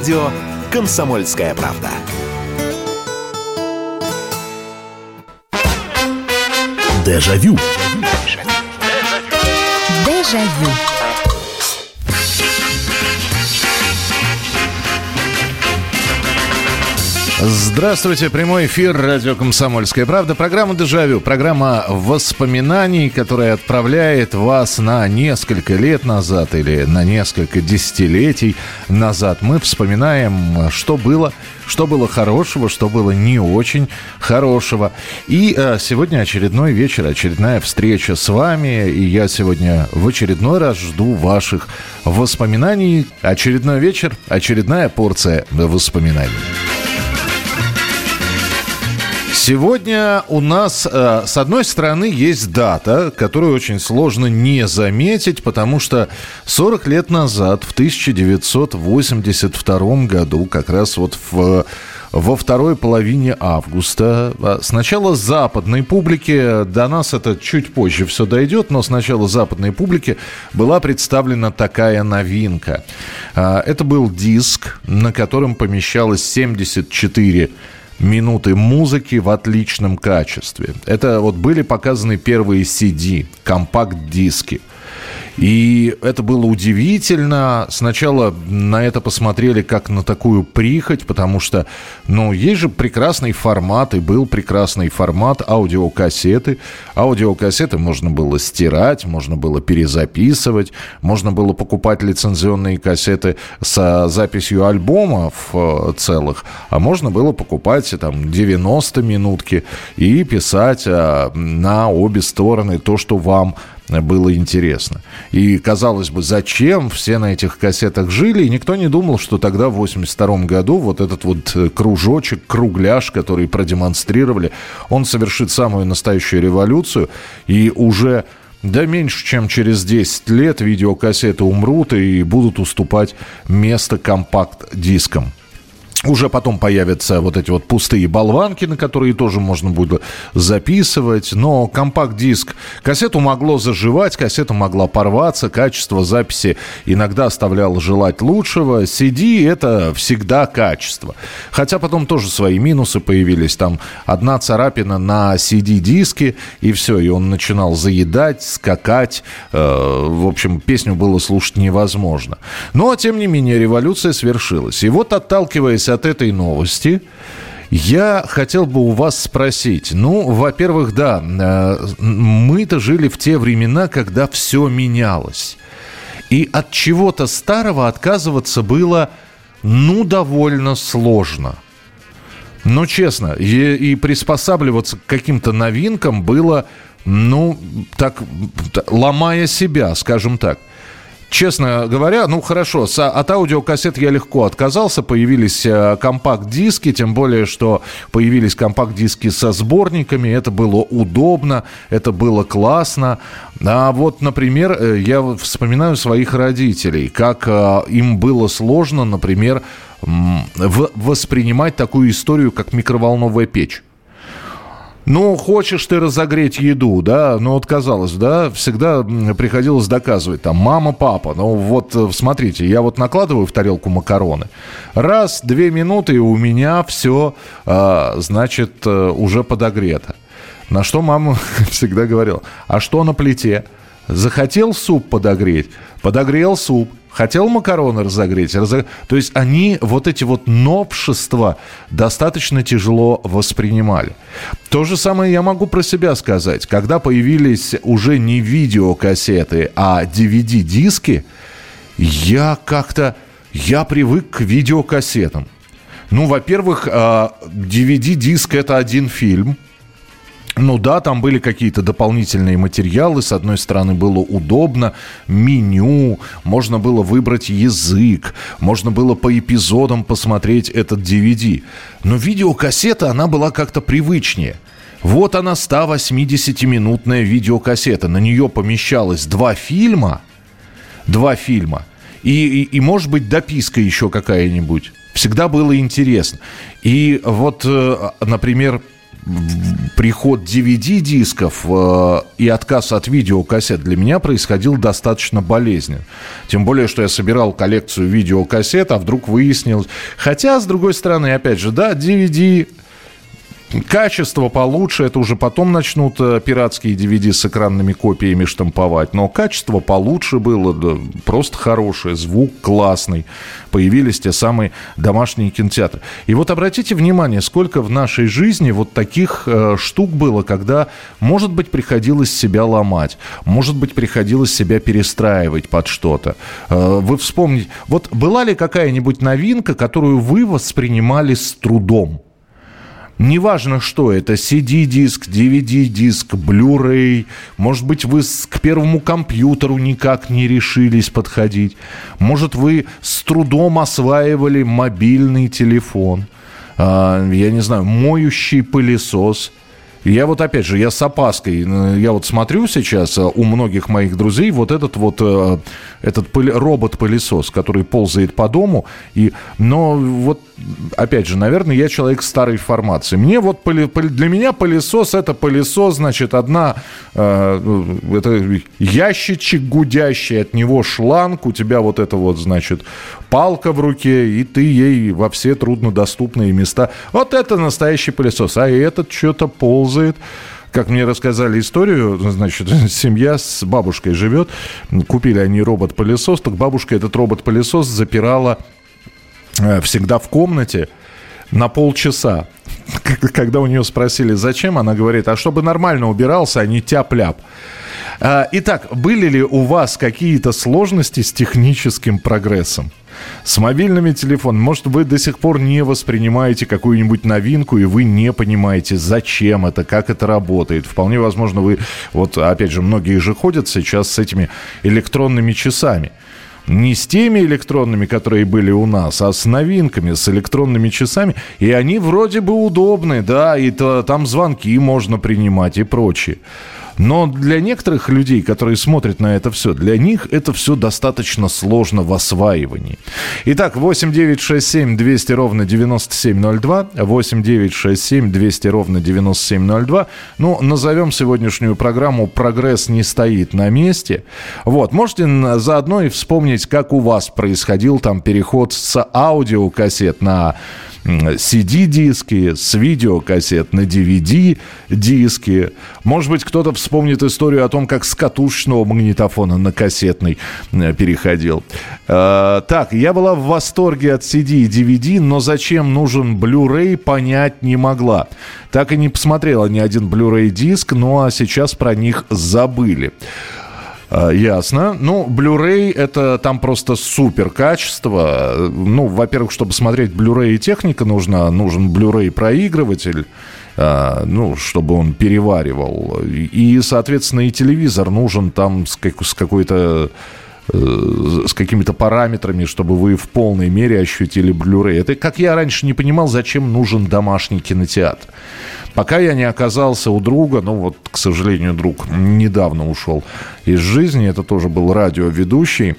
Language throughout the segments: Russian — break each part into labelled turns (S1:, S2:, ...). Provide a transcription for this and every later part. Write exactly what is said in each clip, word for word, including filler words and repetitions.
S1: Радио «Комсомольская правда». Дежавю.
S2: Дежавю.
S3: Здравствуйте, прямой эфир радио «Комсомольская правда». Программа «Дежавю», программа воспоминаний, которая отправляет вас на несколько лет назад или на несколько десятилетий назад. Мы вспоминаем, что было, что было хорошего, что было не очень хорошего. И э, сегодня очередной вечер, очередная встреча с вами. И я сегодня в очередной раз жду ваших воспоминаний. Очередной вечер, очередная порция воспоминаний. Сегодня у нас, э, с одной стороны, есть дата, которую очень сложно не заметить, потому что сорок лет назад, в тысяча девятьсот восемьдесят втором году, как раз вот в, во второй половине августа, сначала западной публике, до нас это чуть позже все дойдет, но сначала западной публике была представлена такая новинка. Э, это был диск, на котором помещалось семьдесят четыре минуты музыки в отличном качестве. Это вот были показаны первые си ди, компакт-диски. И это было удивительно. Сначала на это посмотрели как на такую прихоть, потому что, ну, есть же прекрасный формат, и был прекрасный формат аудиокассеты. Аудиокассеты можно было стирать, можно было перезаписывать, можно было покупать лицензионные кассеты с записью альбомов целых, а можно было покупать там девяносто минутки и писать на обе стороны то, что вам было интересно. И, казалось бы, зачем все на этих кассетах жили? И никто не думал, что тогда, в восемьдесят втором году, вот этот вот кружочек, кругляш, который продемонстрировали, он совершит самую настоящую революцию. И уже, да меньше, чем через десять лет видеокассеты умрут и будут уступать место компакт-дискам. Уже потом появятся вот эти вот пустые болванки, на которые тоже можно будет записывать. Но компакт-диск, кассету могло заживать, кассета могла порваться, качество записи иногда оставляло желать лучшего. си ди – это всегда качество. Хотя потом тоже свои минусы появились. Там одна царапина на си ди-диске, и все, и он начинал заедать, скакать. В общем, песню было слушать невозможно. Но, тем не менее, революция свершилась. И вот, отталкиваясь от этой новости, я хотел бы у вас спросить. Ну, во-первых, да, мы-то жили в те времена, когда все менялось. И от чего-то старого отказываться было, ну, довольно сложно. Ну, честно, и, и приспосабливаться к каким-то новинкам было, ну, так, ломая себя, скажем так. Честно говоря, ну хорошо, от аудиокассет я легко отказался, появились компакт-диски, тем более, что появились компакт-диски со сборниками, это было удобно, это было классно. А вот, например, я вспоминаю своих родителей, как им было сложно, например, воспринимать такую историю, как микроволновая печь. Ну, хочешь ты разогреть еду, да, ну вот казалось, да, всегда приходилось доказывать, там, мама, папа, ну вот смотрите, я вот накладываю в тарелку макароны, раз, две минуты, и у меня все, а, значит, уже подогрето. На что мама всегда говорила, а что на плите? Захотел суп подогреть, подогрел суп. Хотел макароны разогреть, разогреть. То есть они вот эти вот новшества достаточно тяжело воспринимали. То же самое я могу про себя сказать. Когда появились уже не видеокассеты, а ди ви ди-диски, я как-то, я привык к видеокассетам. Ну, во-первых, ди ви ди-диск – это один фильм. Ну да, там были какие-то дополнительные материалы. С одной стороны, было удобно, меню, можно было выбрать язык, можно было по эпизодам посмотреть этот ди ви ди. Но видеокассета, она была как-то привычнее. Вот она, сто восьмидесятиминутная видеокассета. На нее помещалось два фильма, два фильма, и, и, и может быть, дописка еще какая-нибудь. Всегда было интересно. И вот, например... приход ди ви ди-дисков э, и отказ от видеокассет для меня происходил достаточно болезненно. Тем более, что я собирал коллекцию видеокассет, а вдруг выяснилось... Хотя, с другой стороны, опять же, да, ди ви ди... Качество получше, это уже потом начнут пиратские ди ви ди с экранными копиями штамповать. Но качество получше было, да, просто хорошее, звук классный. Появились те самые домашние кинотеатры. И вот обратите внимание, сколько в нашей жизни вот таких э, штук было, когда, может быть, приходилось себя ломать, может быть, приходилось себя перестраивать под что-то. Э, вы вспомните, вот была ли какая-нибудь новинка, которую вы воспринимали с трудом? Неважно, что это, си ди-диск, ди ви ди-диск, Blu-ray. Может быть, вы к первому компьютеру никак не решились подходить. Может, вы с трудом осваивали мобильный телефон. А, я не знаю, моющий пылесос. Я вот, опять же, я с опаской, я вот смотрю сейчас у многих моих друзей вот этот вот, этот пыль, робот-пылесос, который ползает по дому, и, но вот, опять же, наверное, я человек старой формации. Мне вот, пыли, пыли, для меня пылесос, это пылесос, значит, одна, э, это ящичек гудящий, от него шланг, у тебя вот это вот, значит, палка в руке, и ты ей во все труднодоступные места. Вот это настоящий пылесос, а этот что-то ползает. Как мне рассказали историю, значит, семья с бабушкой живет, купили они робот-пылесос, так бабушка этот робот-пылесос запирала всегда в комнате на полчаса. Когда у нее спросили, зачем, она говорит, а чтобы нормально убирался, а не тяп-ляп. Итак, были ли у вас какие-то сложности с техническим прогрессом? С мобильными телефонами, может, вы до сих пор не воспринимаете какую-нибудь новинку, и вы не понимаете, зачем это, как это работает. Вполне возможно, вы, вот опять же, многие же ходят сейчас с этими электронными часами. Не с теми электронными, которые были у нас, а с новинками, с электронными часами. И они вроде бы удобны, да, и то, там звонки можно принимать и прочее. Но для некоторых людей, которые смотрят на это все, для них это все достаточно сложно в осваивании. Итак, восемь девятьсот шестьдесят семь двести ровно девяносто семь ноль два, восемь девятьсот шестьдесят семь двести ровно девяносто семь ноль два. Ну, назовем сегодняшнюю программу «Прогресс не стоит на месте». Вот, можете заодно и вспомнить, как у вас происходил там переход с аудиокассет на си ди-диски, с видеокассет на ди ви ди-диски. Может быть, кто-то вспомнит историю о том, как с катушечного магнитофона на кассетный переходил. Э, так, я была в восторге от си ди и ди ви ди, но зачем нужен Blu-ray, понять не могла. Так и не посмотрела ни один Blu-ray-диск, ну а сейчас про них забыли. Ясно. Ну, Blu-ray — это там просто супер качество. Ну, во-первых, чтобы смотреть Blu-ray, техника нужна. Нужен Blu-ray проигрыватель, ну, чтобы он переваривал. И, соответственно, и телевизор нужен там с, как, с какой-то... с какими-то параметрами, чтобы вы в полной мере ощутили Blu-ray. Это, как я раньше не понимал, зачем нужен домашний кинотеатр. Пока я не оказался у друга, ну вот, к сожалению, друг недавно ушел из жизни, это тоже был радиоведущий,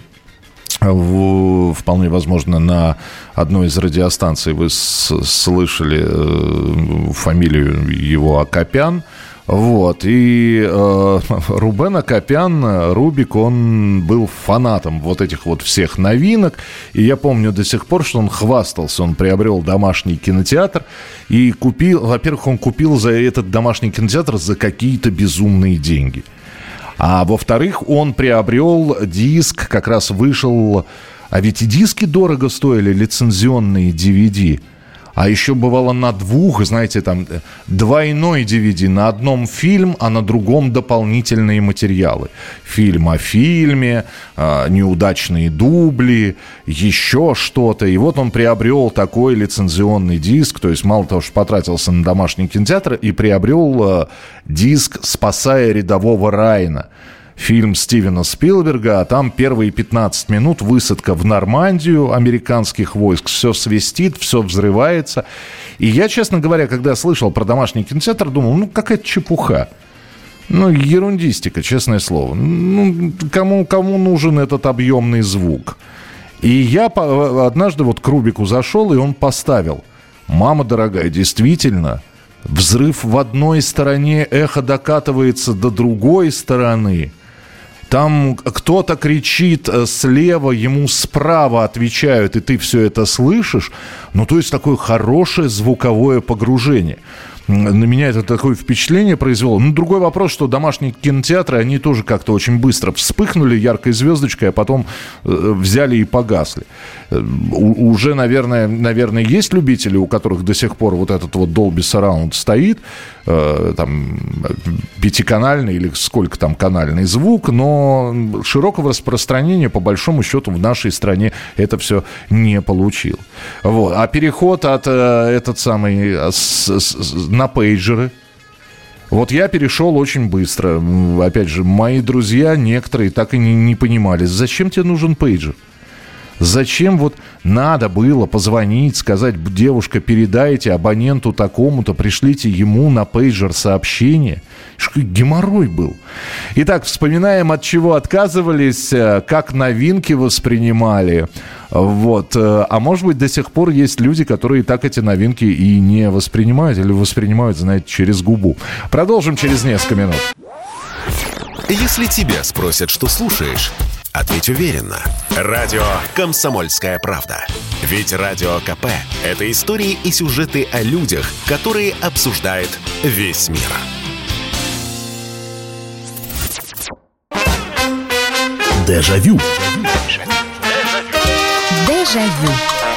S3: в, вполне возможно, на одной из радиостанций вы с, слышали э, фамилию его Акопян. Вот, и э, Рубен Акопян, Рубик, он был фанатом вот этих вот всех новинок, и я помню до сих пор, что он хвастался, он приобрел домашний кинотеатр, и купил, во-первых, он купил за этот домашний кинотеатр за какие-то безумные деньги, а во-вторых, он приобрел диск, как раз вышел, а ведь и диски дорого стоили, лицензионные ди ви ди. А еще бывало на двух, знаете, там двойной ди ви ди. На одном фильм, а на другом дополнительные материалы. Фильм о фильме, неудачные дубли, еще что-то. И вот он приобрел такой лицензионный диск. То есть мало того, что потратился на домашний кинотеатр, и приобрел диск «Спасая рядового Райана». Фильм Стивена Спилберга, а там первые пятнадцать минут высадка в Нормандию американских войск, все свистит, все взрывается. И я, честно говоря, когда слышал про домашний кинотеатр, думал, ну, какая-то чепуха. Ну, ерундистика, честное слово. Ну, кому, кому нужен этот объемный звук? И я однажды вот к Рубику зашел, и он поставил. Мама дорогая, действительно... Взрыв в одной стороне, эхо докатывается до другой стороны. Там кто-то кричит слева, ему справа отвечают, и ты все это слышишь. Ну, то есть такое хорошее звуковое погружение. На меня это такое впечатление произвело. Ну, другой вопрос, что домашние кинотеатры, они тоже как-то очень быстро вспыхнули яркой звездочкой, а потом э, взяли и погасли. Э, у, уже, наверное, наверное, есть любители, у которых до сих пор вот этот вот Dolby Surround стоит, э, там, пятиканальный или сколько там канальный звук, но широкого распространения, по большому счету, в нашей стране это все не получило. Вот. А переход от э, этот самый... С, с, на пейджеры. Вот я перешел очень быстро. Опять же, мои друзья некоторые так и не, не понимали, зачем тебе нужен пейджер? Зачем вот надо было позвонить, сказать: девушка, передайте абоненту такому-то, пришлите ему на пейджер сообщение. Что геморрой был. Итак, вспоминаем, от чего отказывались, как новинки воспринимали. Вот. А может быть, до сих пор есть люди, которые так эти новинки и не воспринимают, или воспринимают, знаете, через губу. Продолжим через несколько минут.
S1: Если тебя спросят, что слушаешь, ответь уверенно. Радио «Комсомольская правда». Ведь Радио КП – это истории и сюжеты о людях, которые обсуждает весь мир. Дежавю.
S2: Дежавю.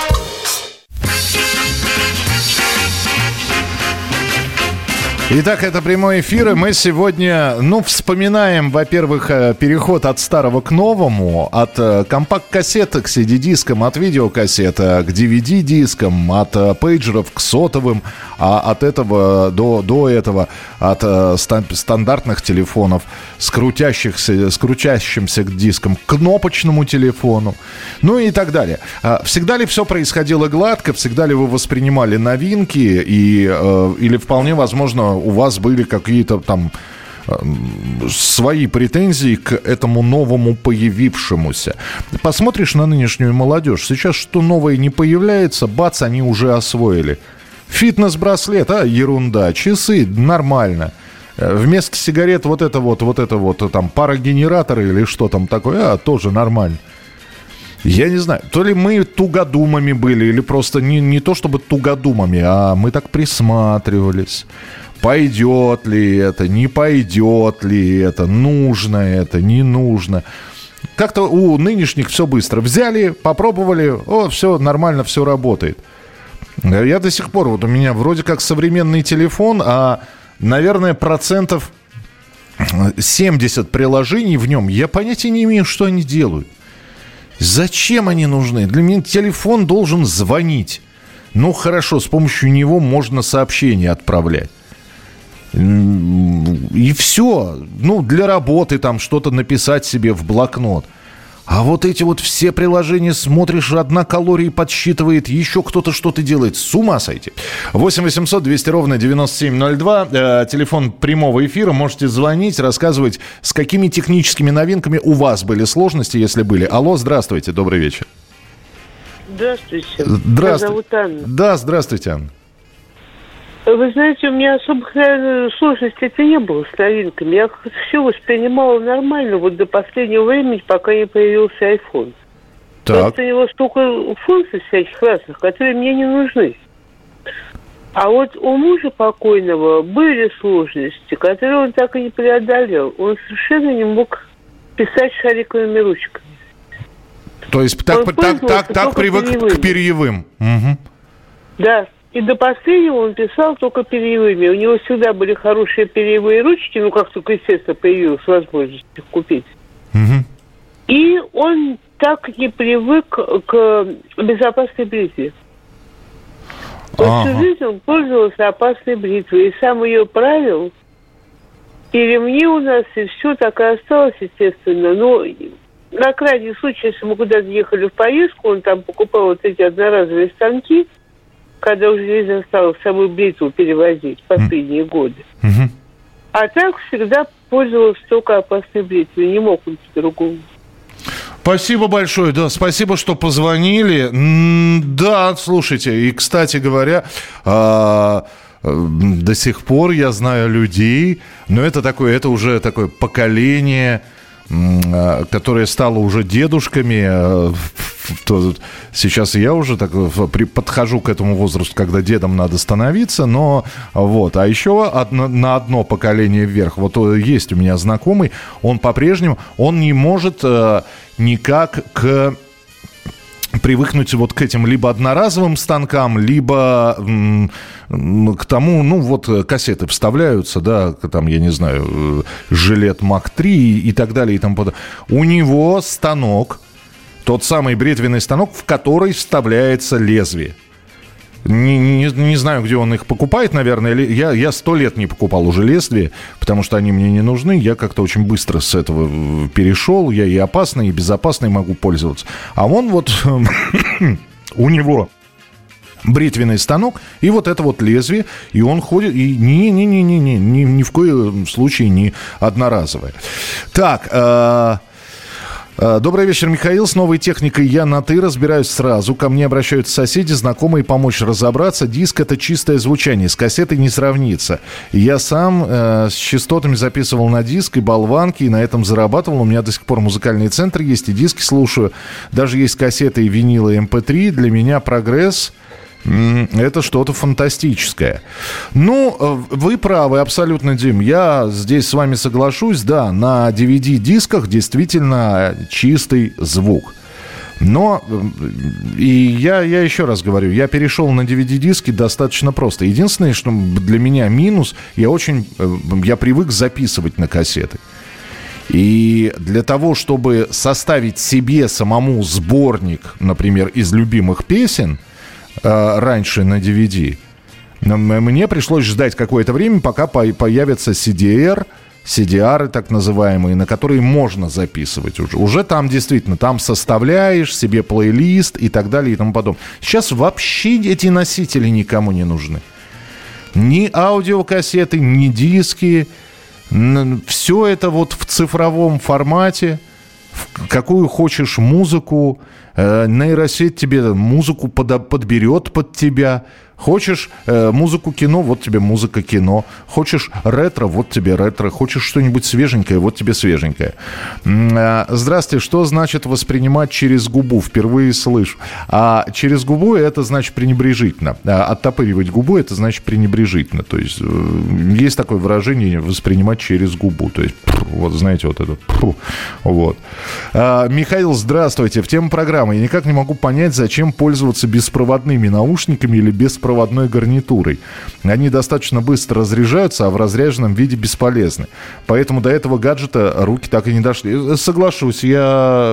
S3: Итак, это прямой эфир, и мы сегодня, ну, вспоминаем, во-первых, переход от старого к новому, от компакт-кассет к си ди-дискам, от видеокассет к ди ви ди-дискам, от пейджеров к сотовым, а от этого до, до этого от стандартных телефонов с, крутящихся, с крутящимся к дискам к кнопочному телефону, ну и так далее. Всегда ли все происходило гладко, всегда ли вы воспринимали новинки, и, или вполне возможно у вас были какие-то там э, свои претензии к этому новому появившемуся. Посмотришь на нынешнюю молодежь, сейчас что новое не появляется, бац, они уже освоили. Фитнес-браслет, а, ерунда, часы, нормально. Вместо сигарет вот это вот, вот это вот, там, парогенераторы или что там такое, а, тоже нормально. Я не знаю, то ли мы тугодумами были, или просто не, не то чтобы тугодумами, а мы так присматривались. Пойдет ли это, не пойдет ли это, нужно это, не нужно. Как-то у нынешних все быстро. Взяли, попробовали, о, все нормально, все работает. Я до сих пор, вот у меня вроде как современный телефон, а, наверное, процентов семьдесят приложений в нем, я понятия не имею, что они делают. Зачем они нужны? Для меня телефон должен звонить. Ну, хорошо, с помощью него можно сообщения отправлять. И все. Ну, для работы там что-то написать себе в блокнот. А вот эти вот все приложения смотришь, одна калория подсчитывает, еще кто-то что-то делает. С ума сойти. восемь восемьсот двести ровно девяносто семь ноль два. Э, телефон прямого эфира. Можете звонить, рассказывать, с какими техническими новинками у вас были сложности, если были. Алло, здравствуйте, добрый вечер.
S4: Здравствуйте.
S3: Здравствуйте.
S4: Меня зовут Анна.
S3: Да, здравствуйте, Анна.
S4: Вы знаете, у меня особых, наверное, сложностей-то не было с новинками. Я все воспринимала нормально вот до последнего времени, пока не появился iPhone.
S3: Так.
S4: Просто у него столько функций всяких разных, которые мне не нужны. А вот у мужа покойного были сложности, которые он так и не преодолел. Он совершенно не мог писать шариковыми ручками.
S3: То есть так, так, так, так привык перьевыми. К перьевым. Угу.
S4: Да. И до последнего он писал только перьевыми. У него всегда были хорошие перьевые ручки, ну, как только, естественно, появилась возможность их купить.
S3: Угу.
S4: И он так не привык к безопасной бритве.
S3: Ага.
S4: Всю жизнь он пользовался опасной бритвой. И сам ее правил. И ремни у нас, и все так и осталось, естественно. Но на крайний случай, если мы куда-то ехали в поездку, он там покупал вот эти одноразовые станки, когда уже нельзя стало с собой бритву перевозить последние mm. годы. Mm-hmm. А так всегда пользовался только опасной бритвой. Не мог он по-другому.
S3: Спасибо большое, да, спасибо, что позвонили. М-м, да, слушайте, и, кстати говоря, до сих пор я знаю людей, но это такое, это уже такое поколение, которое стало уже дедушками. Сейчас я уже так подхожу к этому возрасту, когда дедом надо становиться, но вот. А еще одно, на одно поколение вверх. Вот есть у меня знакомый, он по-прежнему, он не может э, никак к... привыкнуть вот к этим либо одноразовым станкам, либо м, к тому, ну, вот кассеты вставляются, да, там, я не знаю, жилет Мак три и так далее и тому подобное. У него станок, тот самый бритвенный станок, в который вставляется лезвие. Не, не, не знаю, где он их покупает, наверное. Я, я сто лет не покупал уже лезвия, потому что они мне не нужны. Я как-то очень быстро с этого перешел. Я и опасный, и безопасный могу пользоваться. А он вот... у него бритвенный станок и вот это вот лезвие. И он ходит... И не-не-не-не-не, ни, ни в коем случае не одноразовое. Так... Э- Добрый вечер, Михаил. С новой техникой я на «ты», разбираюсь сразу. Ко мне обращаются соседи, знакомые, помочь разобраться. Диск — это чистое звучание, с кассетой не сравнится. Я сам э, с частотами записывал на диск и болванки, и на этом зарабатывал. У меня до сих пор музыкальный центр есть, и диски слушаю. Даже есть кассеты и винилы эм пэ три. Для меня прогресс... это что-то фантастическое. Ну, вы правы абсолютно, Дим. Я здесь с вами соглашусь. Да, на ди ви ди-дисках действительно чистый звук. Но, и я, я еще раз говорю, я перешел на ди ви ди-диски достаточно просто. Единственное, что для меня минус, я очень, я привык записывать на кассеты. И для того, чтобы составить себе самому сборник, например, из любимых песен, раньше на ди ви ди, мне пришлось ждать какое-то время, пока появятся си ди ар, си ди ар так называемые, на которые можно записывать уже. Уже там действительно, там составляешь себе плейлист и так далее и тому подобное. Сейчас вообще эти носители никому не нужны. Ни аудиокассеты, ни диски. Все это вот в цифровом формате. Какую хочешь музыку, э, нейросеть тебе музыку под, подберет под тебя. Хочешь э, музыку кино, вот тебе музыка кино. Хочешь ретро, вот тебе ретро. Хочешь что-нибудь свеженькое, вот тебе свеженькое. Э, здравствуйте, что значит воспринимать через губу? Впервые слышу. А через губу это значит пренебрежительно. А оттопыривать губу это значит пренебрежительно. То есть э, есть такое выражение воспринимать через губу. То есть, вот знаете, вот это. Вот. А, Михаил, здравствуйте. В тему программы. Я никак не могу понять, зачем пользоваться беспроводными наушниками или беспроводными проводной гарнитурой. Они достаточно быстро разряжаются, а в разряженном виде бесполезны. Поэтому до этого гаджета руки так и не дошли. Соглашусь, я...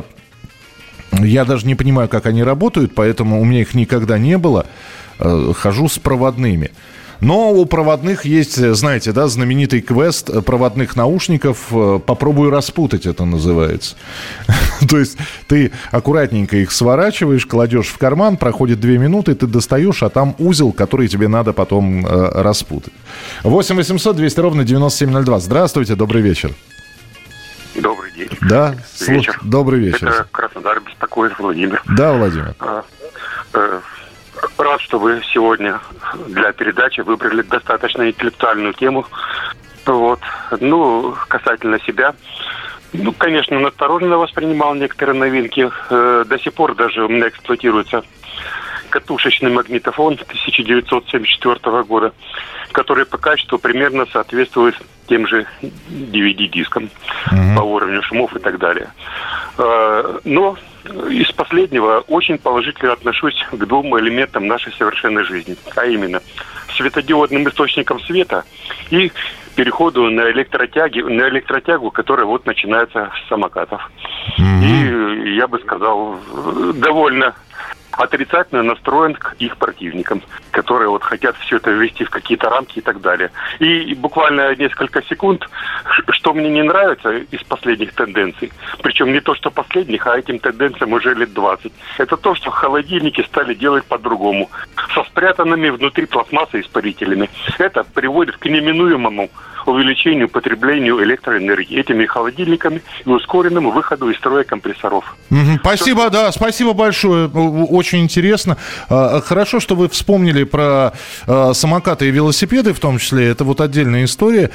S3: Я даже не понимаю, как они работают, поэтому у меня их никогда не было. Хожу с проводными. Но у проводных есть, знаете, да, знаменитый квест проводных наушников. «Попробуй распутать» это называется. То есть ты аккуратненько их сворачиваешь, кладешь в карман, проходит две минуты, ты достаешь, а там узел, который тебе надо потом э, распутать. восемь восемьсот двести ровно девяносто семь ноль два. Здравствуйте, добрый вечер.
S2: Добрый день.
S3: Да, вечер. Слуш... Добрый вечер.
S2: Это Краснодар беспокоит, Владимир.
S3: Да, Владимир.
S2: А, э, рад, что вы сегодня для передачи выбрали достаточно интеллектуальную тему. Вот. Ну, касательно себя. Ну, конечно, настороженно воспринимал некоторые новинки. Э, до сих пор даже у меня эксплуатируется катушечный магнитофон тысяча девятьсот семьдесят четвёртого года, который по качеству примерно соответствует тем же ди ви ди-дискам mm-hmm. по уровню шумов и так далее. Э, но из последнего очень положительно отношусь к двум элементам нашей совершенной жизни, а именно светодиодным источникам света и переходу на электротяги, на электротягу, которая вот начинается с самокатов. Mm-hmm. И я бы сказал, довольно отрицательно настроен к их противникам, которые вот хотят все это ввести в какие-то рамки и так далее. И буквально несколько секунд, что мне не нравится из последних тенденций, причем не то, что последних, а этим тенденциям уже лет двадцать, это то, что холодильники стали делать по-другому, со спрятанными внутри пластмассы испарителями. Это приводит к неминуемому увеличению потребления электроэнергии этими холодильниками и ускоренному выходу из строя компрессоров.
S3: Угу, спасибо, что... да, спасибо большое, очень интересно. Хорошо, что вы вспомнили про самокаты и велосипеды в том числе, это вот отдельная история.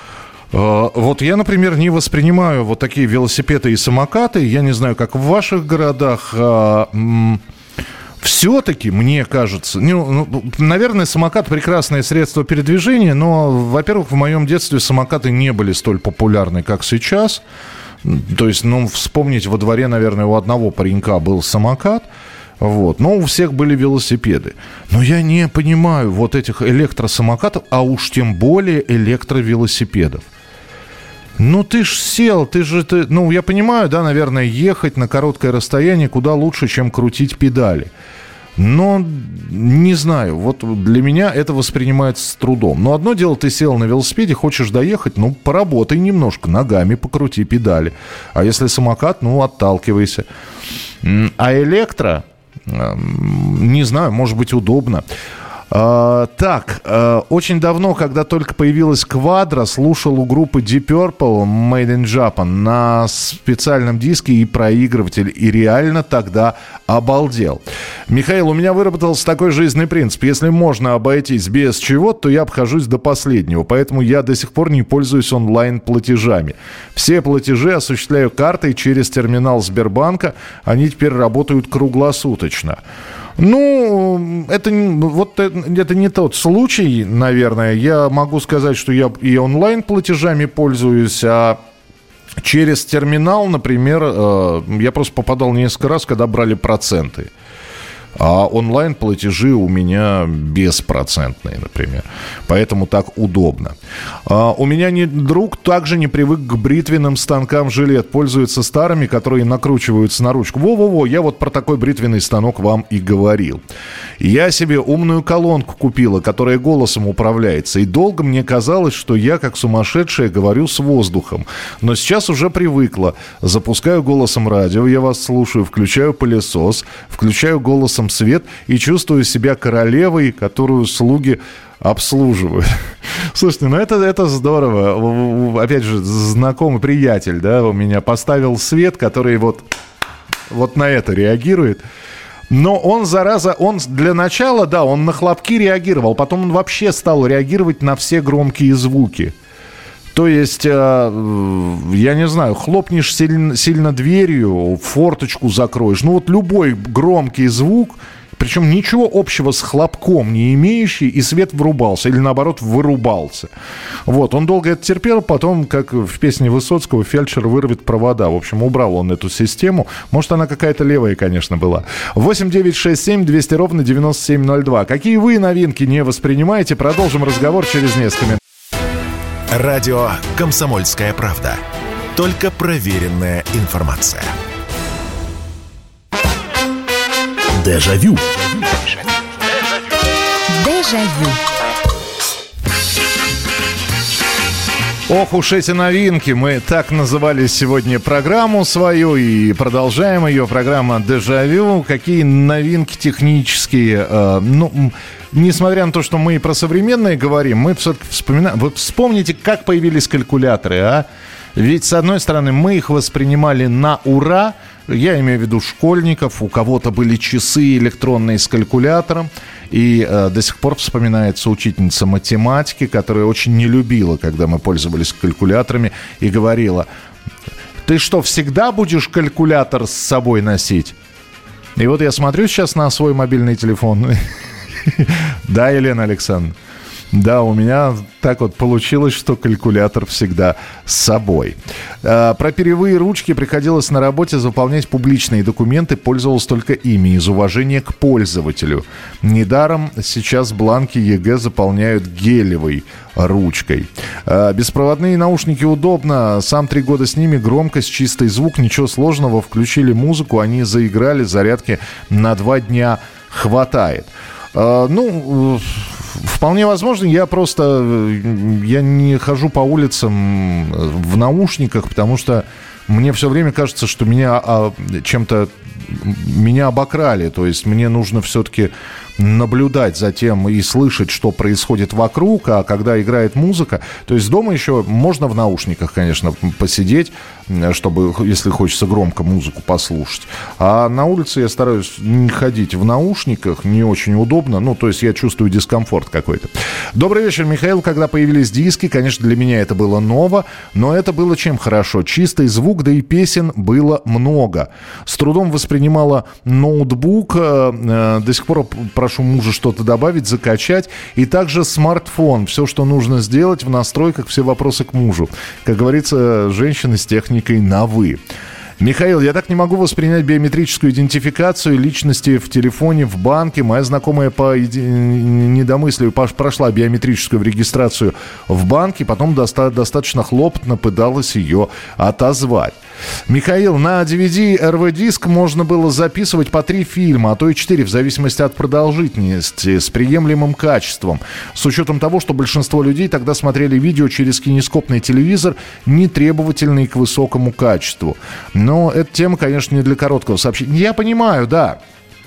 S3: Вот я, например, не воспринимаю вот такие велосипеды и самокаты, я не знаю, как в ваших городах. Все-таки, мне кажется, ну, наверное, самокат – прекрасное средство передвижения, но, во-первых, в моем детстве самокаты не были столь популярны, как сейчас. То есть, ну, вспомнить, во дворе, наверное, у одного паренька был самокат, вот, но у всех были велосипеды. Но я не понимаю вот этих электросамокатов, а уж тем более электровелосипедов. Ну, ты ж сел, ты же, ты, ну, я понимаю, да, наверное, ехать на короткое расстояние куда лучше, чем крутить педали. Но, не знаю, вот для меня это воспринимается с трудом. Но одно дело, ты сел на велосипеде, хочешь доехать, ну, поработай немножко, ногами покрути педали. А если самокат, ну, отталкивайся. А электро, не знаю, может быть, удобно. Uh, так, uh, очень давно, когда только появилась Quadro, слушал у группы Deep Purple Made in Japan на специальном диске и проигрыватель, и реально тогда обалдел. Михаил, у меня выработался такой жизненный принцип. Если можно обойтись без чего-то, то я обхожусь до последнего. Поэтому я до сих пор не пользуюсь онлайн-платежами. Все платежи осуществляю картой через терминал Сбербанка. Они теперь работают круглосуточно. Ну, это, вот, это не тот случай, наверное. Я могу сказать, что я и онлайн-платежами пользуюсь, а через терминал, например, я просто попадал несколько раз, когда брали проценты. А онлайн-платежи у меня беспроцентные, например. Поэтому так удобно. А у меня не, друг также не привык к бритвенным станкам жилет. Пользуется старыми, которые накручиваются на ручку. Во-во-во, я вот про такой бритвенный станок вам и говорил. Я себе умную колонку купила, которая голосом управляется. И долго мне казалось, что я, как сумасшедшая, говорю с воздухом. Но сейчас уже привыкла. Запускаю голосом радио, я вас слушаю, включаю пылесос, включаю голосом свет и чувствую себя королевой, которую слуги обслуживают. Слушайте, ну это, это здорово. Опять же, знакомый приятель, да, у меня поставил свет, который вот, вот на это реагирует. Но он, зараза, он для начала, да, он на хлопки реагировал, потом он вообще стал реагировать на все громкие звуки. То есть, я не знаю, хлопнешь сильно, сильно дверью, форточку закроешь. Ну вот любой громкий звук, причем ничего общего с хлопком не имеющий, и свет врубался, или наоборот вырубался. Вот, он долго это терпел, потом, как в песне Высоцкого, фельдшер вырвет провода. В общем, убрал он эту систему. Может, она какая-то левая, конечно, была. восемь девятьсот шестьдесят семь двести ровно девяносто семь ноль два. Какие вы новинки не воспринимаете? Продолжим разговор через несколько минут.
S1: Радио «Комсомольская правда». Только проверенная информация. Дежавю.
S5: Дежавю.
S3: Ох уж эти новинки. Мы так называли сегодня программу свою и продолжаем ее. Программа «Дежавю». Какие новинки технические? Э, ну... Несмотря на то, что мы про современные говорим, мы все-таки вспоминаем... Вы вспомните, как появились калькуляторы, а? Ведь, с одной стороны, мы их воспринимали на ура. Я имею в виду школьников. У кого-то были часы электронные с калькулятором. И э, до сих пор вспоминается учительница математики, которая очень не любила, когда мы пользовались калькуляторами, и говорила: ты что, всегда будешь калькулятор с собой носить? И вот я смотрю сейчас на свой мобильный телефон... Да, Елена Александровна, да, у меня так вот получилось, что калькулятор всегда с собой. А, про перьевые ручки приходилось на работе заполнять публичные документы, пользовался только ими из уважения к пользователю. Недаром сейчас бланки ЕГЭ заполняют гелевой ручкой. А, беспроводные наушники удобно, сам три года с ними, громкость, чистый звук, ничего сложного, включили музыку, они заиграли, зарядки на два дня хватает. Uh, ну, вполне возможно, я просто, я не хожу по улицам в наушниках, потому что мне все время кажется, что меня а, чем-то, меня обокрали, то есть мне нужно все-таки наблюдать за тем и слышать, что происходит вокруг, а когда играет музыка, то есть дома еще можно в наушниках, конечно, посидеть, чтобы, если хочется громко музыку послушать. А на улице я стараюсь не ходить в наушниках, не очень удобно, ну, то есть я чувствую дискомфорт какой-то. Добрый вечер, Михаил. Когда появились диски, конечно, для меня это было ново, но это было чем хорошо? Чистый звук, да и песен было много. С трудом воспринимала ноутбук, до сих пор прошу мужа что-то добавить, закачать, и также смартфон. Все, что нужно сделать в настройках, все вопросы к мужу. Как говорится, женщины с техникой на «вы». Михаил, я так не могу воспринять биометрическую идентификацию личности в телефоне, в банке. Моя знакомая по недомыслию прошла биометрическую регистрацию в банке, потом доста- достаточно хлопотно пыталась ее отозвать. Михаил, на ди ви ди эр ви-диск можно было записывать по три фильма, а то и четыре, в зависимости от продолжительности, с приемлемым качеством. С учетом того, что большинство людей тогда смотрели видео через кинескопный телевизор, не требовательный к высокому качеству. Но эта тема, конечно, не для короткого сообщения. Я понимаю, да.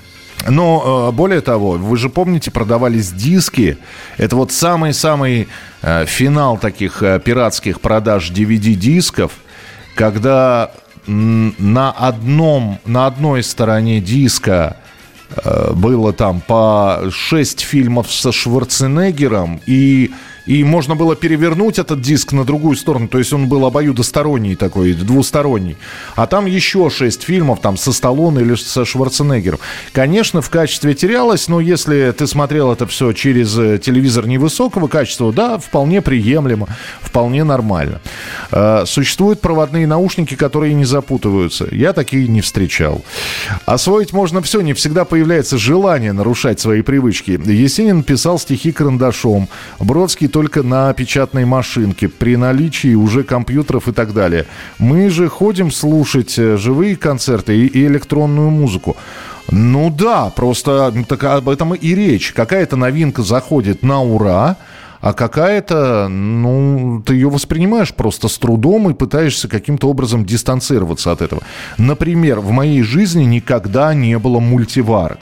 S3: Но более того, вы же помните, продавались диски. Это вот самый-самый э, финал таких э, пиратских продаж ди ви ди-дисков, когда на, одном, на одной стороне диска э, было там по шесть фильмов со Шварценеггером, и, и можно было перевернуть этот диск на другую сторону, то есть он был обоюдосторонний такой, двусторонний. А там еще шесть фильмов там со Сталлоне или со Шварценеггером. Конечно, в качестве терялось, но если ты смотрел это все через телевизор невысокого качества, да, вполне приемлемо, вполне нормально. Существуют проводные наушники, которые не запутываются. Я такие не встречал. Освоить можно все, не всегда появляется желание нарушать свои привычки. Есенин писал стихи карандашом, Бродский только на печатной машинке, при наличии уже компьютеров и так далее. Мы же ходим слушать живые концерты и, и электронную музыку. Ну да, просто так об этом и речь. Какая-то новинка заходит на ура, а какая-то, ну, ты ее воспринимаешь просто с трудом и пытаешься каким-то образом дистанцироваться от этого. Например, в моей жизни никогда не было мультиварок.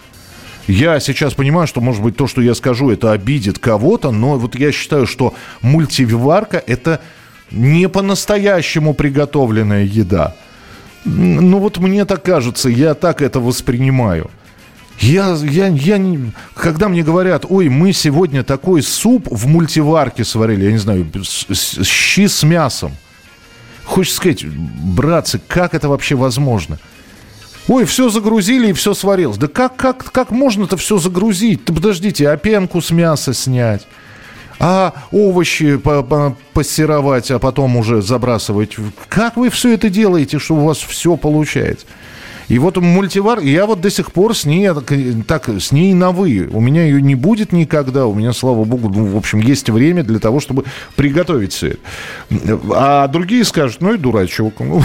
S3: Я сейчас понимаю, что, может быть, то, что я скажу, это обидит кого-то, но вот я считаю, что мультиварка – это не по-настоящему приготовленная еда. Ну вот мне так кажется, я так это воспринимаю. Я, я, я не... Когда мне говорят, ой, мы сегодня такой суп в мультиварке сварили, я не знаю, с, с, щи с мясом. Хочется сказать, братцы, как это вообще возможно? Ой, все загрузили и все сварилось. Да как, как, как можно-то все загрузить? Да подождите, а пенку с мяса снять? А овощи пассеровать, а потом уже забрасывать? Как вы все это делаете, что у вас все получается? И вот мультивар, я вот до сих пор с ней, так, с ней на «вы». У меня ее не будет никогда. У меня, слава богу, ну, в общем, есть время для того, чтобы приготовить все это. А другие скажут, ну и дурачок. Ну,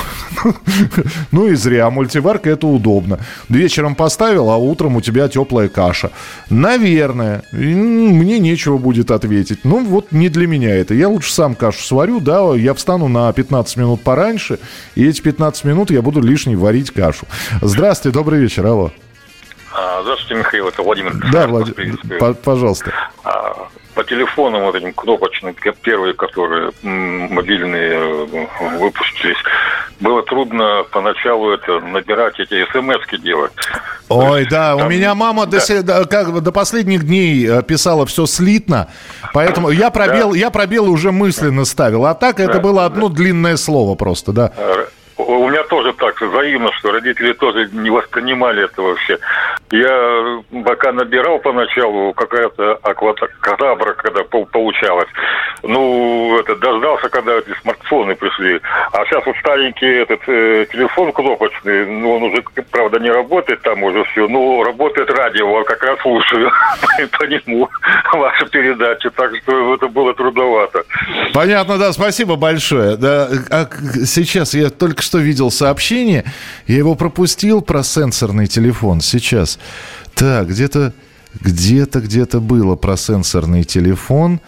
S3: ну и зря. Мультиварка – это удобно. Вечером поставил, а утром у тебя теплая каша. Наверное. Мне нечего будет ответить. Ну вот не для меня это. Я лучше сам кашу сварю, да, я встану на пятнадцать минут пораньше, и эти пятнадцать минут я буду лишний варить кашу. Здравствуйте, добрый вечер, алло.
S5: Здравствуйте, Михаил, это Владимир.
S3: Да, Владимир, пожалуйста.
S5: По телефонам вот этим кнопочным, первые, которые мобильные выпустились, было трудно поначалу это набирать, эти смс-ки делать.
S3: Ой, да, там, у меня мама да. до, до, как, до последних дней писала все слитно, поэтому я пробел, да. я пробелы уже мысленно ставил, а так да, это было одно да. длинное слово просто, да.
S5: У меня тоже так взаимно, что родители тоже не воспринимали это вообще. Я пока набирал поначалу, какая-то акватабра, когда получалось. Ну, это, дождался, когда эти смартфоны пришли. А сейчас вот старенький этот э, телефон кнопочный, ну, он уже, правда, не работает там уже все, но работает радио, как раз слушаю по нему вашу передачу, так что это было трудновато.
S3: Понятно, да, спасибо большое. Да, а сейчас я только что видел сообщение, я его пропустил про сенсорный телефон. Сейчас. Так, где-то, где-то, где-то было про сенсорный телефон.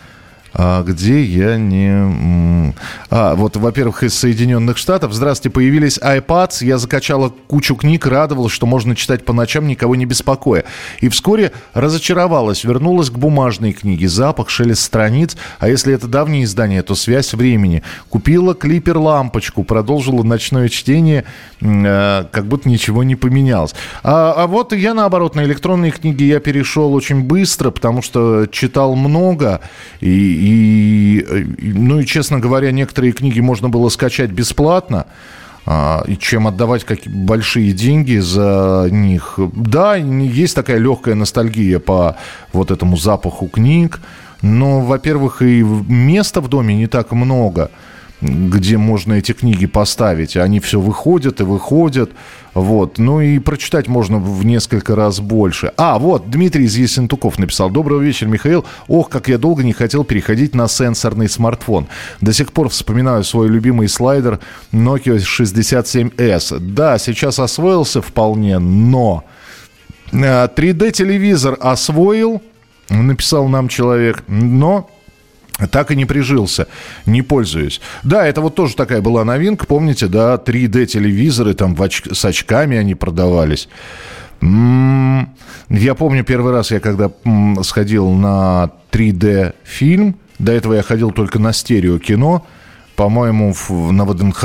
S3: А где я не... А, вот, во-первых, из Соединенных Штатов. Здравствуйте, появились iPads. Я закачала кучу книг, радовалась, что можно читать по ночам, никого не беспокоя. И вскоре разочаровалась, вернулась к бумажной книге. Запах, шелест страниц. А если это давнее издание, то связь времени. Купила клипер-лампочку, продолжила ночное чтение, э, как будто ничего не поменялось. А, а вот я, наоборот, на электронные книги я перешел очень быстро, потому что читал много. И И, ну и, честно говоря, некоторые книги можно было скачать бесплатно, а, и чем отдавать какие большие деньги за них. Да, есть такая легкая ностальгия по вот этому запаху книг, но, во-первых, и места в доме не так много, где можно эти книги поставить. Они все выходят и выходят. Вот. Ну и прочитать можно в несколько раз больше. А, вот, Дмитрий из Ессентуков написал. Добрый вечер, Михаил. Ох, как я долго не хотел переходить на сенсорный смартфон. До сих пор вспоминаю свой любимый слайдер Nokia шестьдесят семь эс. Да, сейчас освоился вполне, но три дэ-телевизор освоил, написал нам человек, но... так и не прижился, не пользуюсь. Да, это вот тоже такая была новинка, помните, да, три дэ-телевизоры, там в оч... с очками они продавались. М-м-м. Я помню, первый раз я когда м- сходил на три дэ-фильм, до этого я ходил только на стереокино, по-моему, в... на ВДНХ,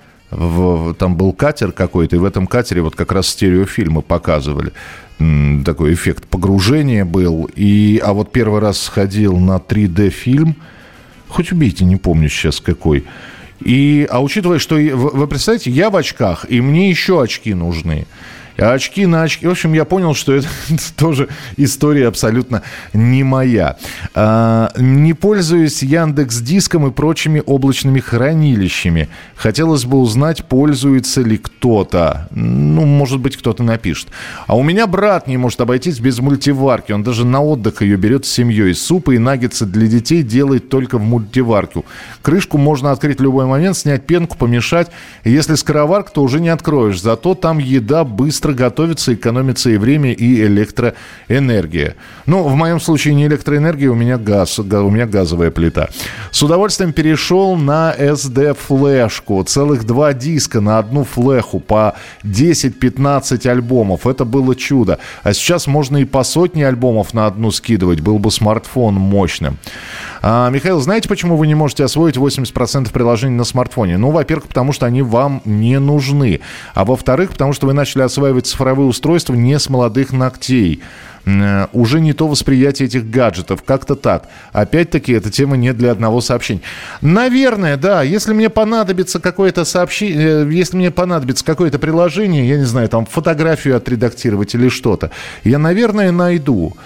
S3: в... там был катер какой-то, и в этом катере вот как раз стереофильмы показывали. Такой эффект погружения был. И, а вот первый раз сходил на три дэ-фильм, хоть убейте, не помню сейчас какой. И, а учитывая, что, вы, вы представляете, я в очках, и мне еще очки нужны. А очки на очки. В общем, я понял, что это тоже история абсолютно не моя. А, не пользуюсь Яндекс.Диском и прочими облачными хранилищами. Хотелось бы узнать, пользуется ли кто-то. Ну, может быть, кто-то напишет. А у меня брат не может обойтись без мультиварки. Он даже на отдых ее берет с семьей. Супы и наггетсы для детей делает только в мультиварку. Крышку можно открыть в любой момент, снять пенку, помешать. Если скороварка, то уже не откроешь. Зато там еда быстро готовится, экономится и время, и электроэнергия. Ну, в моем случае не электроэнергия, у меня газ, у меня газовая плита. С удовольствием перешел на эс ди-флешку. Целых два диска на одну флеху по десять-пятнадцать альбомов. Это было чудо. А сейчас можно и по сотне альбомов на одну скидывать. Был бы смартфон мощным. А, Михаил, знаете, почему вы не можете освоить восемьдесят процентов приложений на смартфоне? Ну, во-первых, потому что они вам не нужны. А во-вторых, потому что вы начали осваивать цифровые устройства не с молодых ногтей. Уже не то восприятие этих гаджетов. Как-то так. Опять-таки, эта тема не для одного сообщения. Наверное, да. Если мне понадобится какое-то сообщение, если мне понадобится какое-то приложение, я не знаю, там фотографию отредактировать или что-то, я, наверное, найду.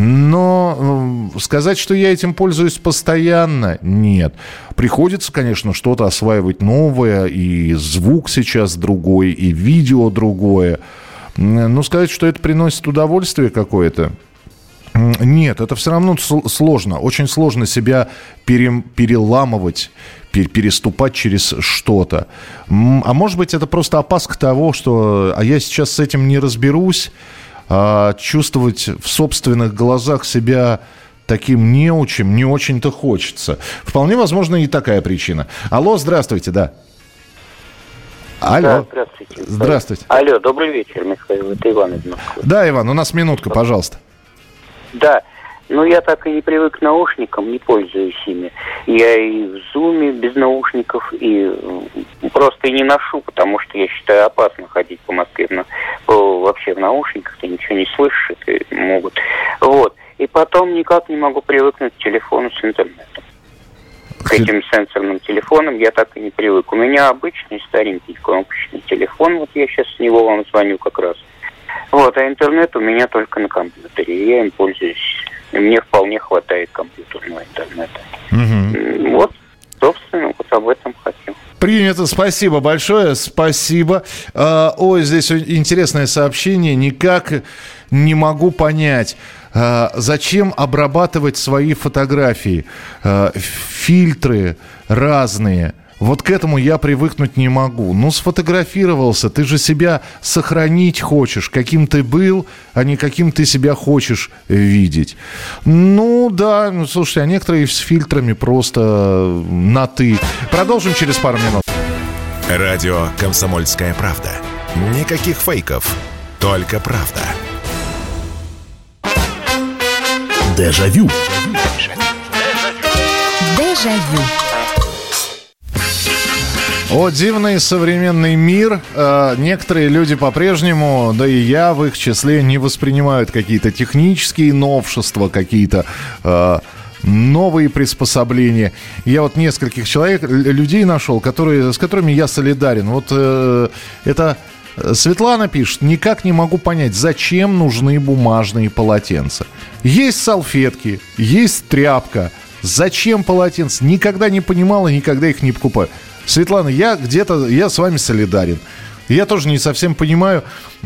S3: Но сказать, что я этим пользуюсь постоянно, нет. Приходится, конечно, что-то осваивать новое, и звук сейчас другой, и видео другое. Но сказать, что это приносит удовольствие какое-то, нет, это все равно сложно. Очень сложно себя пере, переламывать, пер, переступать через что-то. А может быть, это просто опаска того, что а я сейчас с этим не разберусь, а чувствовать в собственных глазах себя таким неучим не очень-то хочется. Вполне возможно и такая причина. Алло, здравствуйте, да. Алло.
S6: Да, здравствуйте.
S3: Здравствуйте.
S6: Алло, добрый вечер, Михаил. Это Иван из Москвы.
S3: Да, Иван, у нас минутка, пожалуйста.
S6: Да, ну я так и не привык к наушникам, не пользуюсь ими. Я и в зуме без наушников, и просто и не ношу, потому что я считаю опасно ходить по Москве на, по, вообще в наушниках, ты ничего не слышишь, и могут. Вот. И потом никак не могу привыкнуть к телефону с интернетом. К этим сенсорным телефонам я так и не привык. У меня обычный старенький кнопочный телефон, вот я сейчас с него вам звоню как раз. Вот, а интернет у меня только на компьютере, я им пользуюсь. И мне вполне хватает компьютерного интернета. Угу. Вот, собственно, вот об этом хотел.
S3: Принято, спасибо большое, спасибо. А, ой, здесь интересное сообщение. Никак не могу понять, а, зачем обрабатывать свои фотографии. А, фильтры разные. Вот к этому я привыкнуть не могу. Ну, сфотографировался, ты же себя сохранить хочешь, каким ты был, а не каким ты себя хочешь видеть. Ну, да, ну, слушайте, а некоторые с фильтрами просто на «ты». Продолжим через пару минут.
S1: Радио «Комсомольская правда». Никаких фейков, только правда. Дежавю.
S7: Дежавю.
S3: О, дивный современный мир. Э, некоторые люди по-прежнему, да и я в их числе, не воспринимают какие-то технические новшества, какие-то э, новые приспособления. Я вот нескольких человек, людей нашел, которые, с которыми я солидарен. Вот э, это Светлана пишет: никак не могу понять, зачем нужны бумажные полотенца. Есть салфетки, есть тряпка. Зачем полотенца? Никогда не понимал и никогда их не покупаю. Светлана, я где-то, я с вами солидарен. Я тоже не совсем понимаю,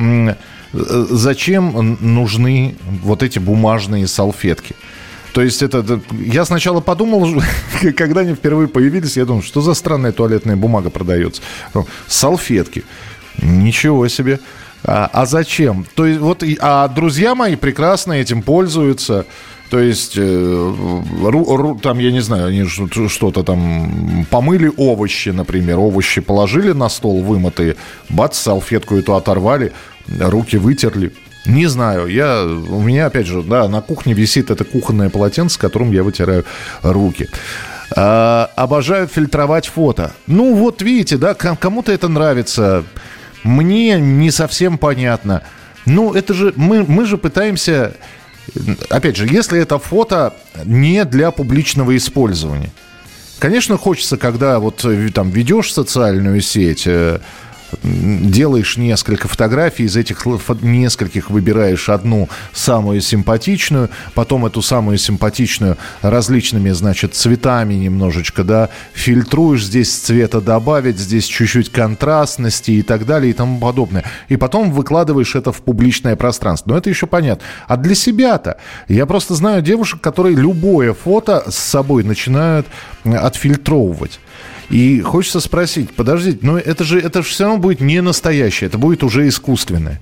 S3: зачем нужны вот эти бумажные салфетки. То есть это, я сначала подумал, когда они впервые появились, я думал, что за странная туалетная бумага продается. Салфетки. Ничего себе. А, а зачем? То есть, вот, а друзья мои прекрасно этим пользуются. То есть, э, ру, ру, там, я не знаю, они что-то там помыли овощи, например. Овощи положили на стол вымытые, бац, салфетку эту оторвали, руки вытерли. Не знаю, я, у меня, опять же, да, на кухне висит это кухонное полотенце, которым я вытираю руки. А, обожаю фильтровать фото. Ну, вот видите, да, кому-то это нравится. Мне не совсем понятно. Ну, это же, мы, мы же пытаемся... Опять же, если это фото не для публичного использования. Конечно, хочется, когда вот там ведешь социальную сеть, делаешь несколько фотографий, из этих нескольких выбираешь одну самую симпатичную, потом эту самую симпатичную различными, значит, цветами немножечко, да, фильтруешь, здесь цвета добавить, здесь чуть-чуть контрастности и так далее и тому подобное. И потом выкладываешь это в публичное пространство. Но это еще понятно. А для себя-то? Я просто знаю девушек, которые любое фото с собой начинают отфильтровывать. И хочется спросить, подождите, но это же, это же все равно будет не настоящее, это будет уже искусственное.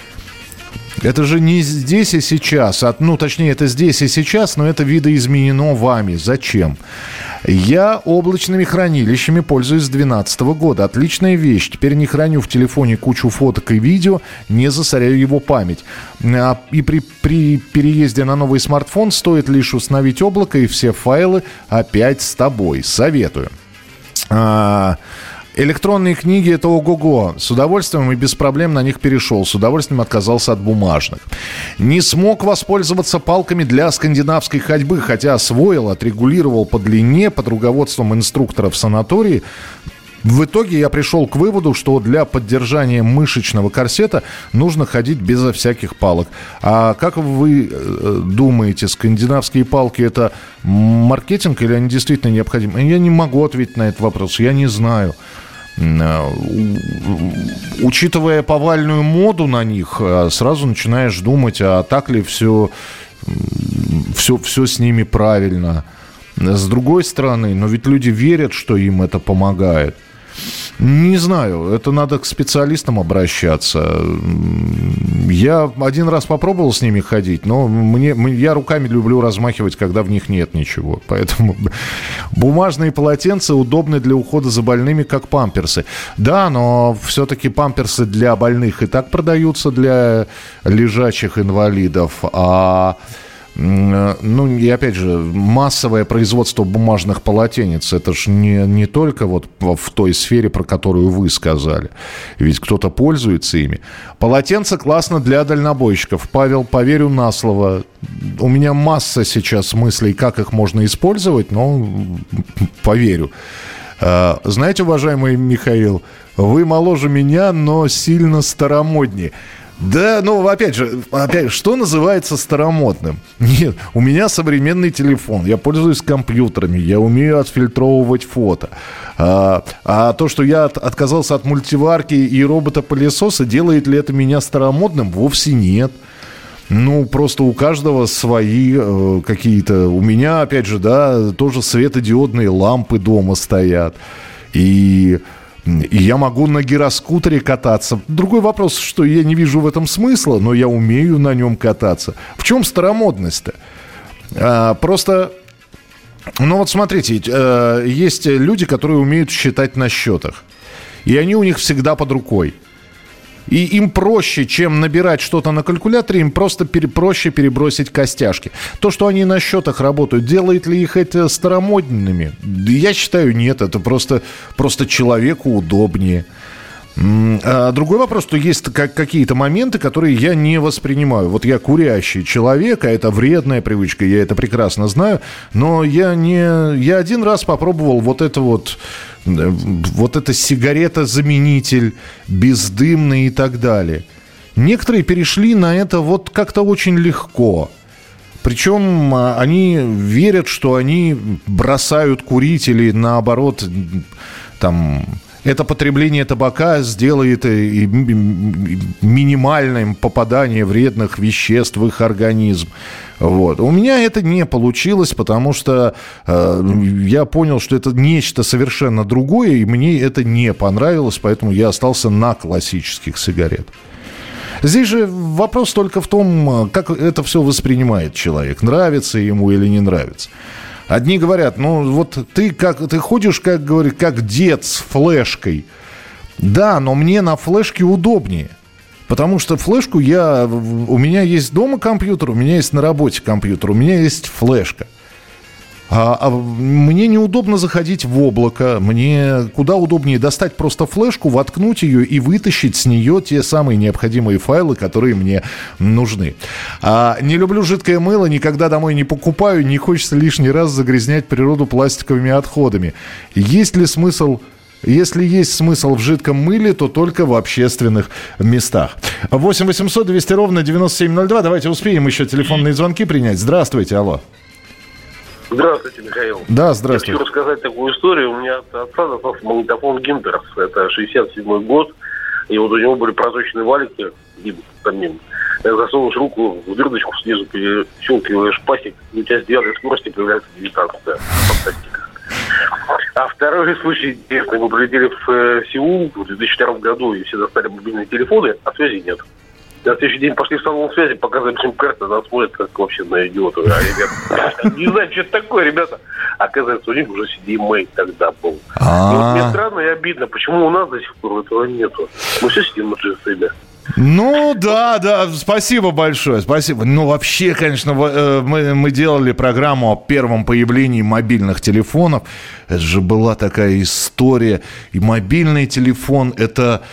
S3: Это же не здесь и сейчас, а, ну, точнее, это здесь и сейчас, но это видоизменено вами. Зачем? Я облачными хранилищами пользуюсь с две тысячи двенадцатого года. Отличная вещь. Теперь не храню в телефоне кучу фоток и видео, не засоряю его память. И при, при переезде на новый смартфон стоит лишь установить облако, и все файлы опять с тобой. Советую. А, электронные книги — это ого-го. С удовольствием и без проблем на них перешел. С удовольствием отказался от бумажных. Не смог воспользоваться палками для скандинавской ходьбы, хотя освоил, отрегулировал по длине под руководством инструктора в санатории. В итоге я пришел к выводу, что для поддержания мышечного корсета нужно ходить безо всяких палок. А как вы думаете, скандинавские палки — это маркетинг или они действительно необходимы? Я не могу ответить на этот вопрос, я не знаю. Учитывая повальную моду на них, сразу начинаешь думать, а так ли все, все, все с ними правильно. С другой стороны, но ведь люди верят, что им это помогает. Не знаю, это надо к специалистам обращаться. Я один раз попробовал с ними ходить, но мне, я руками люблю размахивать, когда в них нет ничего. Поэтому бумажные полотенца удобны для ухода за больными, как памперсы. Да, но все-таки памперсы для больных и так продаются для лежачих инвалидов, а... Ну, и опять же, массовое производство бумажных полотенец — это ж не, не только вот в той сфере, про которую вы сказали. Ведь кто-то пользуется ими. Полотенце классно для дальнобойщиков. Павел, поверю на слово. У меня масса сейчас мыслей, как их можно использовать, но поверю. Знаете, уважаемый Михаил, вы моложе меня, но сильно старомоднее. Да, ну, опять же, опять, что называется старомодным? Нет, у меня современный телефон, я пользуюсь компьютерами, я умею отфильтровывать фото. А, а то, что я от, отказался от мультиварки и робота-пылесоса, делает ли это меня старомодным? Вовсе нет. Ну, просто у каждого свои э, какие-то... У меня, опять же, да, тоже светодиодные лампы дома стоят. И... И я могу на гироскутере кататься. Другой вопрос, что я не вижу в этом смысла, но я умею на нем кататься. В чем старомодность-то? А, просто, ну вот смотрите, э, есть люди, которые умеют считать на счетах. И они у них всегда под рукой. И им проще, чем набирать что-то на калькуляторе, им просто пере, проще перебросить костяшки. То, что они на счетах работают, делает ли их это старомодными? Я считаю, нет. Это просто, просто человеку удобнее. А другой вопрос, что есть как, какие-то моменты, которые я не воспринимаю. Вот я курящий человек, а это вредная привычка, я это прекрасно знаю. Но я не... Я один раз попробовал вот это вот... Вот это сигарета-заменитель, бездымный и так далее. Некоторые перешли на это вот как-то очень легко. Причем они верят, что они бросают курить или наоборот там... Это потребление табака сделает и минимальным попадание вредных веществ в их организм. Вот. У меня это не получилось, потому что э, я понял, что это нечто совершенно другое, и мне это не понравилось, поэтому я остался на классических сигаретах. Здесь же вопрос только в том, как это все воспринимает человек. Нравится ему или не нравится. Одни говорят, ну вот ты как ты ходишь, как говорит, как дед с флешкой. Да, но мне на флешке удобнее. Потому что флешку я... У меня есть дома компьютер, у меня есть на работе компьютер, у меня есть флешка. А, а мне неудобно заходить в облако. Мне куда удобнее достать просто флешку, воткнуть ее и вытащить с нее те самые необходимые файлы, которые мне нужны. А, не люблю жидкое мыло, никогда домой не покупаю, не хочется лишний раз загрязнять природу пластиковыми отходами. Есть ли смысл... Если есть смысл в жидком мыле, то только в общественных местах. восемь восемьсот двести ровно девяносто семь ноль два. Давайте успеем еще телефонные звонки принять. Здравствуйте, алло.
S7: Здравствуйте, Михаил.
S3: Да, здравствуйте.
S7: Я хочу рассказать такую историю. У меня от отца достался магнитофон Гинтерс. Это шестьдесят седьмой год. И вот у него были прозрачные валики. Самим. Засунешь руку в дырочку, снизу перещелкиваешь пасек. У тебя с девятой скорости появляется девятнадцатая. Фантастика. А второй случай интересный. Мы прилетели в Сеул в две тысячи втором году, и все достали мобильные телефоны, а связи нет. На следующий день пошли в салон связи, показывали сим-карты, нас смотрят как вообще на идиота. А ребята, не знаю, что это такое, ребята. Оказывается, у них уже си ди эм эй тогда был. И вот мне странно и обидно, почему у нас до сих пор этого нету. Мы все сидим на джи эс эм.
S3: Ну, да, да, спасибо большое, спасибо. Ну, вообще, конечно, мы, мы делали программу о первом появлении мобильных телефонов. Это же была такая история. И мобильный телефон – это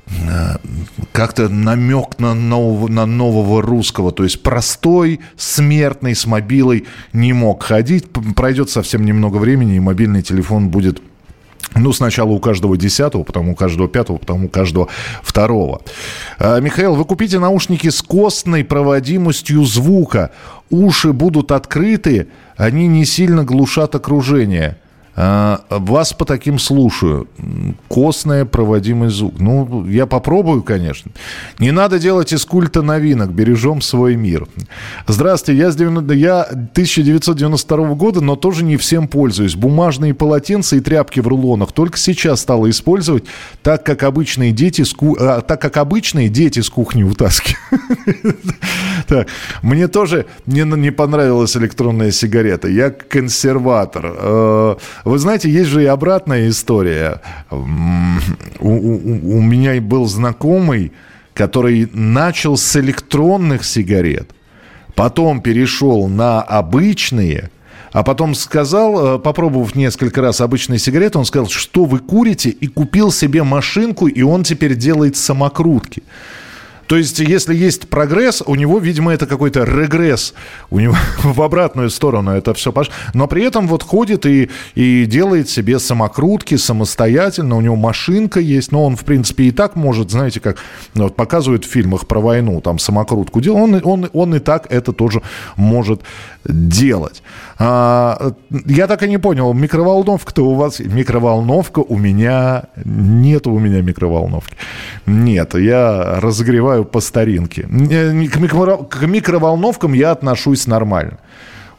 S3: как-то намек на нового, на нового русского. То есть простой, смертный с мобилой не мог ходить. Пройдет совсем немного времени, и мобильный телефон будет... Ну, сначала у каждого десятого, потом у каждого пятого, потом у каждого второго. А, Михаил, вы купите наушники с костной проводимостью звука. Уши будут открыты, они не сильно глушат окружение. А, вас по таким слушаю. Костная проводимость звука. Ну, я попробую, конечно. Не надо делать из культа новинок. Бережем свой мир. Здравствуйте, я, с девяносто... я тысяча девятьсот девяносто второго года, но тоже не всем пользуюсь. Бумажные полотенца и тряпки в рулонах только сейчас стала использовать, так как обычные дети с, ку... а, так как обычные дети с кухни утаскивают. Мне тоже не понравилась электронная сигарета. Я консерватор. Вы знаете, есть же и обратная история. У, у, у меня был знакомый, который начал с электронных сигарет, потом перешел на обычные, а потом сказал, попробовав несколько раз обычные сигареты, он сказал, что вы курите, и купил себе машинку, и он теперь делает самокрутки. То есть, если есть прогресс, у него, видимо, это какой-то регресс. У него в обратную сторону это все пошло. Но при этом вот ходит и, и делает себе самокрутки самостоятельно. У него машинка есть. Но он, в принципе, и так может, знаете, как вот показывают в фильмах про войну, там самокрутку делал. Он, он, он и так это тоже может делать. А, я так и не понял, микроволновка-то у вас... Микроволновка у меня... Нет у меня микроволновки. Нет, я разогреваю по старинке. К, микро... к микроволновкам я отношусь нормально.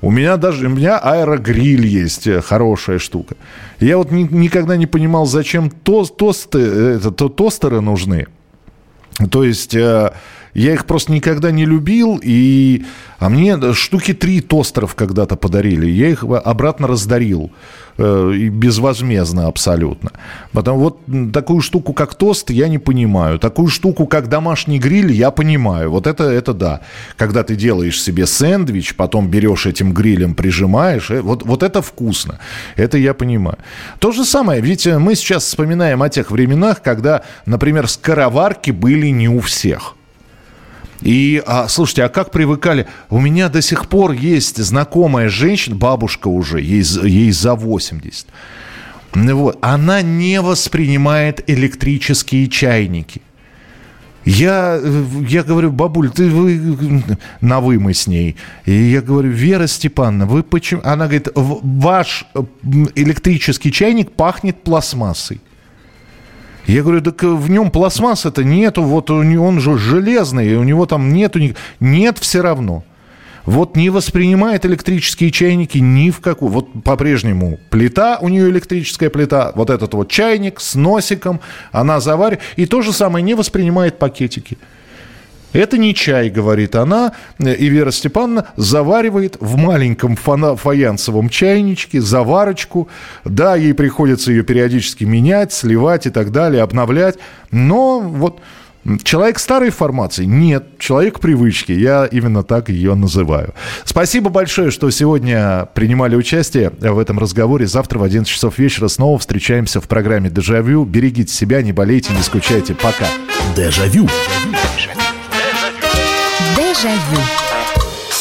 S3: У меня даже, у меня аэрогриль есть, хорошая штука. Я вот ни, никогда не понимал, зачем то, тосты, это, то, тостеры нужны. То есть э, я их просто никогда не любил, и... а мне штуки три тостеров когда-то подарили. Я их обратно раздарил. Э, и безвозмездно абсолютно. Потому вот такую штуку, как тост, я не понимаю. Такую штуку, как домашний гриль, я понимаю. Вот это, это да. Когда ты делаешь себе сэндвич, потом берешь этим грилем, прижимаешь. Э, вот, вот это вкусно. Это я понимаю. То же самое. Ведь мы сейчас вспоминаем о тех временах, когда, например, скороварки были не у всех. И, а, слушайте, а как привыкали? У меня до сих пор есть знакомая женщина, бабушка уже, ей, ей за восемьдесят. Вот, она не воспринимает электрические чайники. Я, я говорю, бабуль, ты вы, на вы мы с ней. И я говорю, Вера Степановна, вы почему? Она говорит, ваш электрический чайник пахнет пластмассой. Я говорю, так в нем пластмассы-то нету, вот он же железный, у него там нету... Нет, все равно. Вот не воспринимает электрические чайники ни в какую. Вот по-прежнему плита, у нее электрическая плита, вот этот вот чайник с носиком, она заваривает. И то же самое, не воспринимает пакетики. Это не чай, говорит она, и Вера Степановна заваривает в маленьком фана- фаянсовом чайничке заварочку. Да, ей приходится ее периодически менять, сливать и так далее, обновлять. Но вот человек старой формации? Нет, человек привычки. Я именно так ее называю. Спасибо большое, что сегодня принимали участие в этом разговоре. Завтра в одиннадцать часов вечера снова встречаемся в программе «Дежавю». Берегите себя, не болейте, не скучайте. Пока.
S1: Дежавю.
S8: Дежавю.